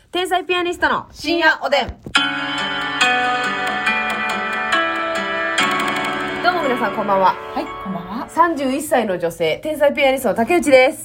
天才ピアニストの深夜おでん。どうも皆さんこんばんは。 はい、こんばんは。 31歳の女性、天才ピアニストの竹内です。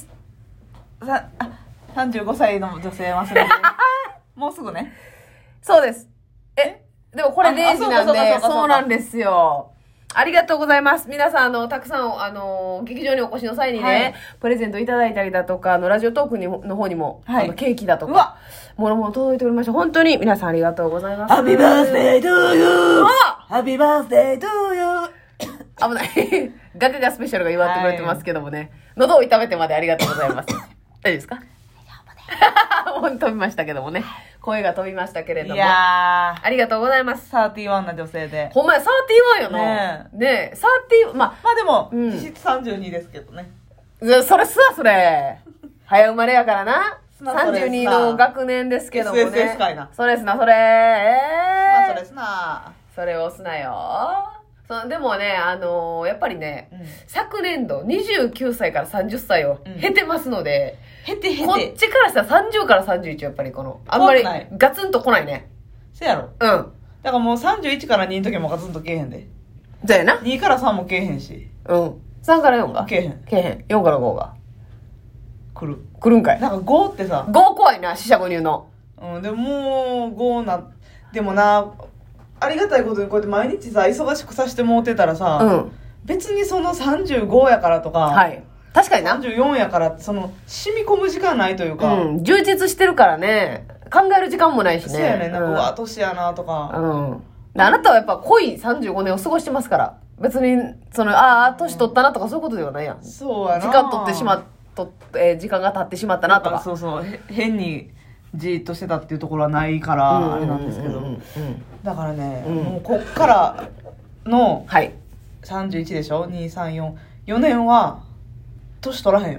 35歳の女性忘れてもうすぐね。 そうです。でもこれ0時なんで、 そうかそうなんですよ。ありがとうございます。皆さん、たくさん、劇場にお越しの際にね、はい、プレゼントいただいたりだとか、ラジオトークの方にも、はい、ケーキだとか、ものも届いておりました。本当に皆さんありがとうございます。 Happy birthday to you!Happy birthday to you! 危ない。ガガガスペシャルが祝ってくれてますけどもね。はい、喉を痛めてまでありがとうございます。大丈夫ですか？飛びましたけどもね。声が飛びましたけれども。 いやありがとうございます。 31な女性で。 ほんまや、31よな。ねえ、31、まあでも、実質32ですけどね。 それそれ。早生まれやからな。32の学年ですけどもね。 SSS かいな。 それすな、それ。 それすな。 それを押すなよ。でもね、やっぱりね、昨年度29歳から30歳を経てますので、こっちからしたら30から31やっぱりあんまりガツンと来ないね。 せやろ。 うん。だからもう31から2の時もガツンとけえへんで。 じゃやな。 2から3もけえへんし。 うん。3から4がけえへん。 けえへん。4から5が。来るんかい。 なんか5ってさ。 5怖いな、四捨五入の。 うん、でももう5でもな、ありがたいことにこうやって毎日さ、忙しくさせてもうてたらさ、別にその35やからとか、 はい。確かにな。 34やからって、染み込む時間ないというか。 充実してるからね、考える時間もないしね。 そうやね、なんか、年やなとか。 あなたはやっぱ濃い35年を過ごしてますから。別に、年取ったなとかそういうことではないやん。 そうやな。 時間時間が経ってしまったなとか。 そうそう、変にじーっとしてたっていうところはないから、あれなんですけど。だからね、もうこっからの、31でしょ ?2、3、4。4年は、年取らへんよ。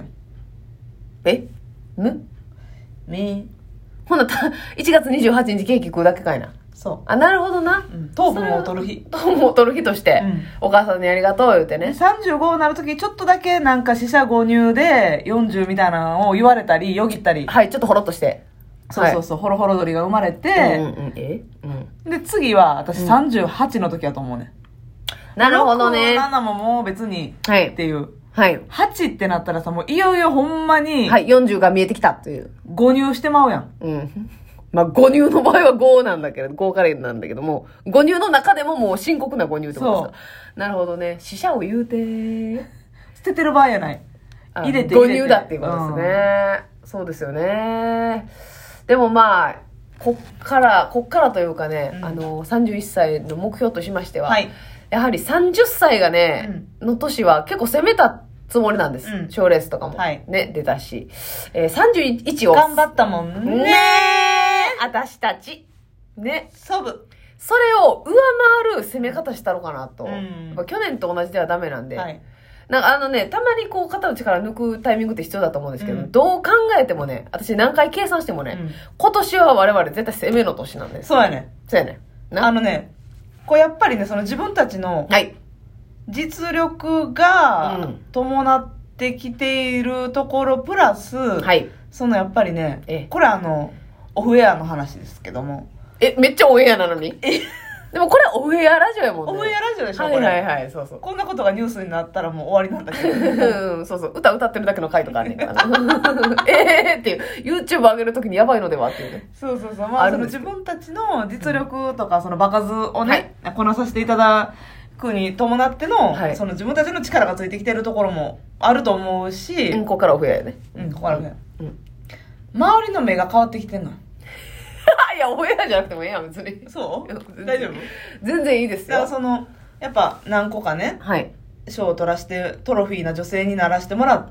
ほんな1月28日ケーキ食うだけかいな。 そう。 なるほどな。 糖分を取る日。 糖分を取る日として、お母さんにありがとう言うてね。 35になるとき、ちょっとだけなんか四捨五入で40みたいなのを言われたり、よぎったり。 はい、ちょっとほろっとして。 そう、ホロホロ鳥が生まれて、で、次は私38の時やと思うね。 なるほどね。 7ももう別に、っていう。 はい。 8ってなったらさ、もういよいよほんまに、 はい、40が見えてきたという。 誤入してまうやん。 まあ、誤入の場合は5なんだけど、5からなんだけども、誤入の中でももう深刻な誤入ってことですか。なるほどね。死者を言うて、 捨ててる場合やない。入れて。 誤入だっていうことですね。そうですよね。でもまあ、こっからというかね、31歳の目標としましては、やはり30歳がね、の年は結構攻めたつもりなんです。賞レースとかもね、出たし。31を。 頑張ったもんね。 私たち。ね。 それを上回る攻め方したのかなと。去年と同じではダメなんで。なんかたまに肩の力抜くタイミングって必要だと思うんですけど、どう考えてもね、私何回計算してもね、今年は我々絶対攻めの年なんです。 そうやね。 そうやね。 やっぱりね、自分たちの、実力が伴ってきているところプラス、やっぱりね、これオフエアの話ですけども。 めっちゃオンエアなのにでもこれオフエアラジオやもんね。 オフエアラジオでしょ、 これ。そう。 こんなことがニュースになったらもう終わりなんだけど。 そう。歌ってるだけの回とかあんねんから。っていう、YouTube 上げるときにやばいのではっていうね。 そう。まあ、自分たちの実力とか、場数をね、こなさせていただくに伴っての、自分たちの力がついてきてるところもあると思うし。 ここからオフエアやね。 ここからオフエア。周りの目が変わってきてんの。 いや、オフエアじゃなくてもええやん、別に。 そう大丈夫？ 全然いいですよ。 だからやっぱ何個かね、賞を取らして、トロフィーな女性にならしてもらって、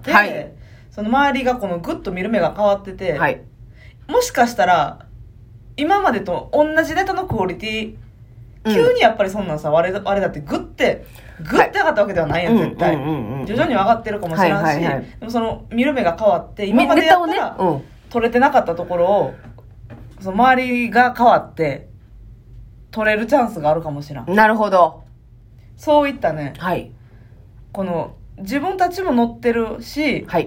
周りがグッと見る目が変わってて、もしかしたら、今までと同じネタのクオリティ、急にやっぱりそんなんさ、あれだってグッて上がったわけではないやん、絶対。徐々に上がってるかもしれないし、でも見る目が変わって、今までやったら、取れてなかったところを、周りが変わって取れるチャンスがあるかもしれん。 なるほど。 そういったね、自分たちも乗ってるし、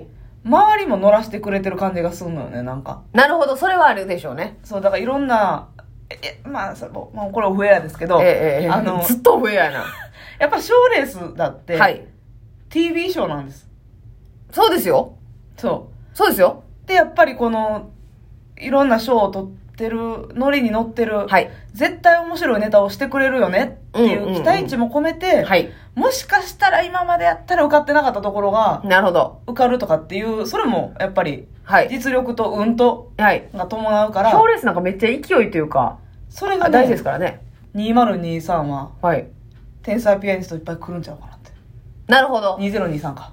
周りも乗らしてくれてる感じがするのよね、なんか。 なるほど、それはあるでしょうね。 そう、だからいろんな、まあ、これオフエアですけど、 ずっとオフエアやな。 やっぱ賞レースだって、TV ショーなんです。 そうですよ。そうですよ。 で、やっぱりこの、いろんな賞を取ってる、ノリに乗ってる、絶対面白いネタをしてくれるよねっていう期待値も込めて、もしかしたら今までやったら受かってなかったところが、 なるほど。 受かるとかっていう、それもやっぱり、実力と運とが伴うから。 賞レースなんかめっちゃ勢いというか、それが大事ですからね。 2023は、天才ピアニストいっぱい来るんちゃうかなって。 なるほど。 2023か。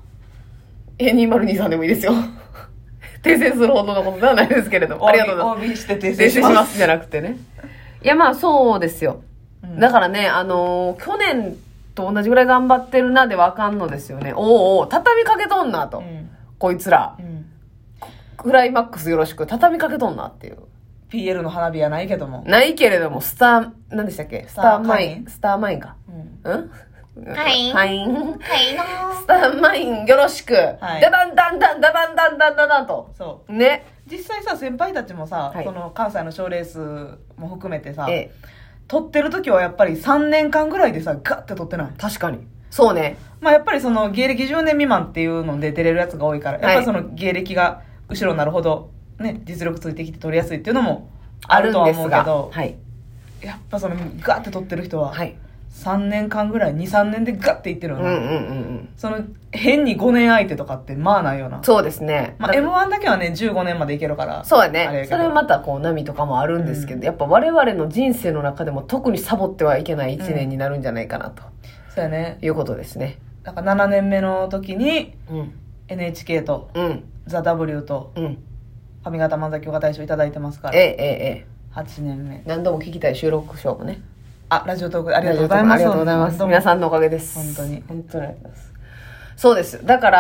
2023でもいいですよ。訂正するほどのことではないですけれども。ありがとうございます。 OB して訂正します。 じゃなくてね。いや、まあそうですよ。だからね、去年と同じぐらい頑張ってるなでわかんのですよね。おう畳みかけとんなと。こいつら。クライマックスよろしく畳みかけとんなっていう。 PL の花火はないけども。 ないけれども、何でしたっけ？スターマインか。はい。スターマインよろしく。ダダンダンダンダダンダンダンダダンと。 そう。 ね。 実際さ、先輩たちもさ、その関西の賞レースも含めてさ、取ってる時はやっぱり3年間ぐらいでさ、ガッて取ってない。 確かに。そうね。 まあやっぱりその芸歴10年未満っていうので出れるやつが多いから、やっぱりその芸歴が後ろになるほど、ね、実力ついてきて取りやすいっていうのもあるとは思うけど、やっぱそのガッて取ってる人は、3年間ぐらい、2、3年でガッていってるよな。その、変に5年相手とかってまあないよな。 そうですね。 まあ M1 だけはね、15年までいけるから。 そうやね。それはまたこう波とかもあるんですけど、やっぱ我々の人生の中でも特にサボってはいけない1年になるんじゃないかなと。 そうやね。 いうことですね。 だから7年目の時に、NHK と、ザ・ W と、上方漫才協会大賞いただいてますから。8年目。 何度も聞きたい収録賞もね。 ラジオトークありがとうございます。 ありがとうございます。皆さんのおかげです。 本当に。 本当にありがとうございます。そうです。だから、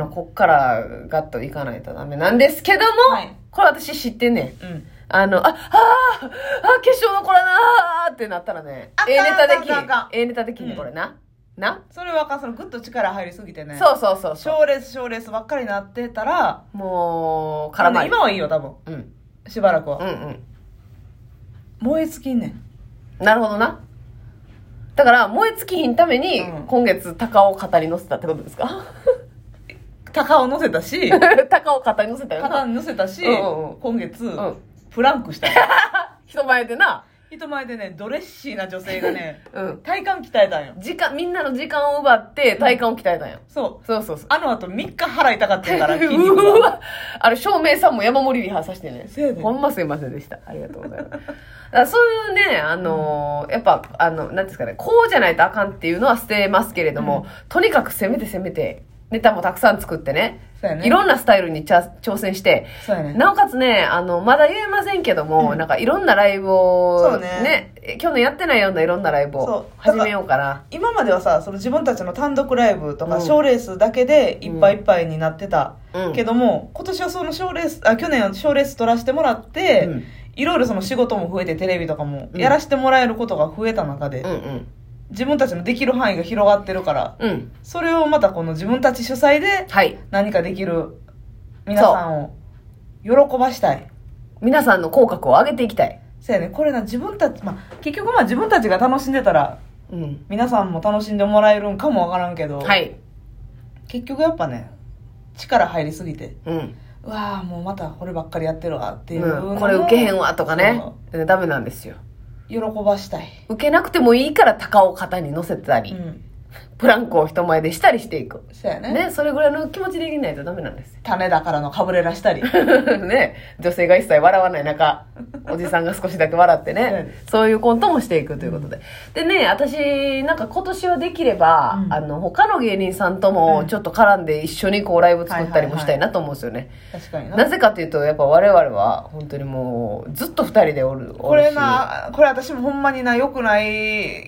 こっからガッといかないとダメなんですけども、これ私知ってんねん。決勝残らなーってなったらね、ネタできんね、これな。 それはそのグッと力入りすぎてね。 そう賞レースばっかりになってたら、 もう、絡まり。 今はいいよ、多分。しばらくは。燃え尽きんねん。 なるほどな。だから燃え尽きひんために、今月鷹を肩に乗せたってことですか？ 鷹を乗せたし鷹を肩に乗せたよな。 肩に乗せたし、今月、プランクした人前でな。 人前でね、ドレッシーな女性がね、体幹鍛えたんよ。 みんなの時間を奪って体幹を鍛えたんよ。 そう。あの後3日払いたかったんから筋肉が。 照明さんも山盛りリハさせてね。ほんますいませんでした。ありがとうございます。だからそういうね、やっぱ、なんですかね、こうじゃないとあかんっていうのは捨てますけれども、とにかく攻めて、ネタもたくさん作ってね、いろんなスタイルに挑戦して、なおかつね、まだ言えませんけども、なんかいろんなライブをね、去年やってないようないろんなライブを始めようかな。 今まではさ、その自分たちの単独ライブとか賞レースだけでいっぱいいっぱいになってたけども、今年はその賞レース、去年は賞レース取らせてもらって、いろいろその仕事も増えてテレビとかもやらせてもらえることが増えた中で、自分たちのできる範囲が広がってるから、それをまたこの自分たち主催で何かできる皆さんを喜ばしたい。 皆さんの口角を上げていきたい。 そうやね。これな、自分たち、結局自分たちが楽しんでたら、皆さんも楽しんでもらえるんかもわからんけど、結局やっぱね、力入りすぎて、うわーもうまたこればっかりやってるわっていうのも、 これ受けへんわとかね、ダメなんですよ。 喜ばしたい。 受けなくてもいいから鷹を肩に乗せたり、プランクを人前でしたりしていく。 そうやね。 それぐらいの気持ちできないとダメなんですよ。 種だからのかぶれらしたり。 ね、女性が一切笑わない中、おじさんが少しだけ笑ってね、そういうコントもしていくということで。でね、私、なんか今年はできれば、他の芸人さんともちょっと絡んで一緒にこうライブ作ったりもしたいなと思うんですよね。 確かにな。 なぜかというと、やっぱ我々は本当にもうずっと二人でおるし。 これ私もほんまにな、良くない、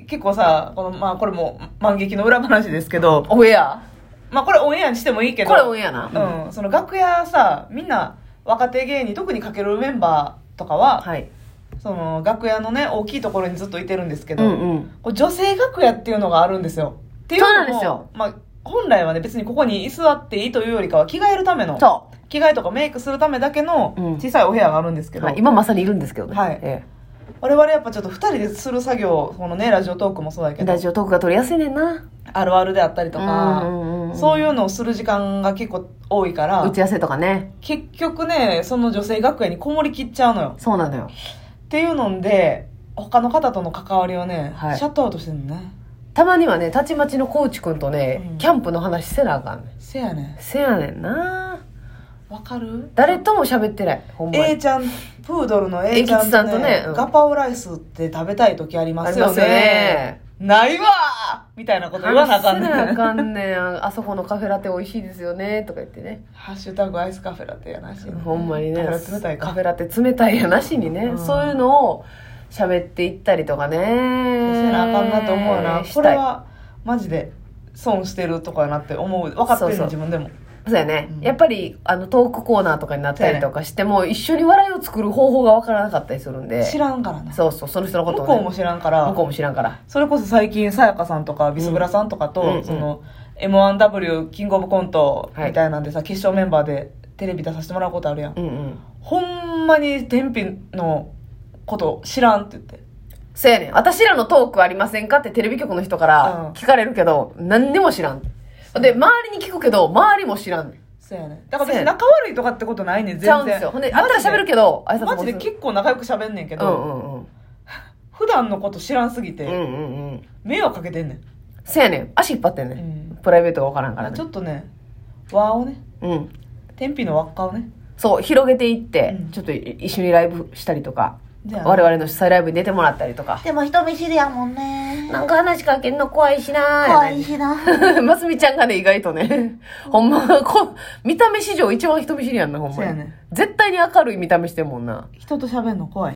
結構さ、これも万劇の裏話ですけど、 オンエアこれオンエアにしてもいいけど、 これオンエアな。 その楽屋さ、みんな若手芸人、特にかけるメンバーとかは、その楽屋のね、大きいところにずっといてるんですけど、女性楽屋っていうのがあるんですよ。っていうのも、 本来はね、別にここに居座っていいというよりかは、着替えるための、着替えとかメイクするためだけの小さいお部屋があるんですけど。 今まさにいるんですけどね。 はい。我々やっぱちょっと2人でする作業、このね、ラジオトークもそうだけど。 ラジオトークが取りやすいねんな。 あるあるであったりとか、そういうのをする時間が結構多いから。 打ち合わせとかね。 結局ね、その女性学園にこもりきっちゃうのよ。 そうなのよ。 っていうので、他の方との関わりをね、シャットアウトしてるのね。 たまにはね、たちまちのコーチくんとね、キャンプの話せなあかんねん。 せやねん。 せやねんな。 わかる？ 誰とも喋ってない。 ほんまに。A ちゃん、プードルの A ちゃんとね、ガパオライスって食べたい時ありますよね。ありますよね。ないわーみたいなこと言わなあかんねん。 せなあかんねん。あそこのカフェラテ美味しいですよね。とか言ってね。 ハッシュタグアイスカフェラテやなしに。 ほんまにね。 カフェラテ冷たいか。 カフェラテ冷たいやなしにね。そういうのを喋っていったりとかね。 せなあかんなと思うな。これはマジで損してるとかやなって思う。分かってるの自分でも。 そうやね、やっぱりトークコーナーとかになったりとかしても、一緒に笑いを作る方法が分からなかったりするんで。 知らんからな。 そうそう、その人のことを、 ね、向こうも知らんから。 向こうも知らんから。 それこそ最近さやかさんとかビスブラさんとかと、その M1W キングオブコントみたいなんでさ、決勝メンバーでテレビ出させてもらうことあるやん。ほんまに天日のこと知らんって言って。 そうやねん。私らのトークありませんかってテレビ局の人から聞かれるけど、何にも知らん。で、周りに聞くけど、周りも知らんねん。 そうやね。だから別に仲悪いとかってことないねん、全然。ちゃうんですよ。ほんで、あったら喋るけど、 挨拶もマジで結構仲良く喋んねんけど、普段のこと知らんすぎて、迷惑かけてんねん。 そうやねん。足引っ張ってんねん。プライベートがわからんからね。 ちょっとね、輪をね、天日の輪っかをね。 そう、広げていって、ちょっと一緒にライブしたりとか、我々の主催ライブに出てもらったりとか。 でも人見知りやもんね。 なんか話しかけんの怖いしな怖いしな。 ますみちゃんがね、意外とね、ほんま、見た目史上一番人見知りやんな、ほんまに。そうやね。絶対に明るい見た目してんもんな。 人と喋んの怖い。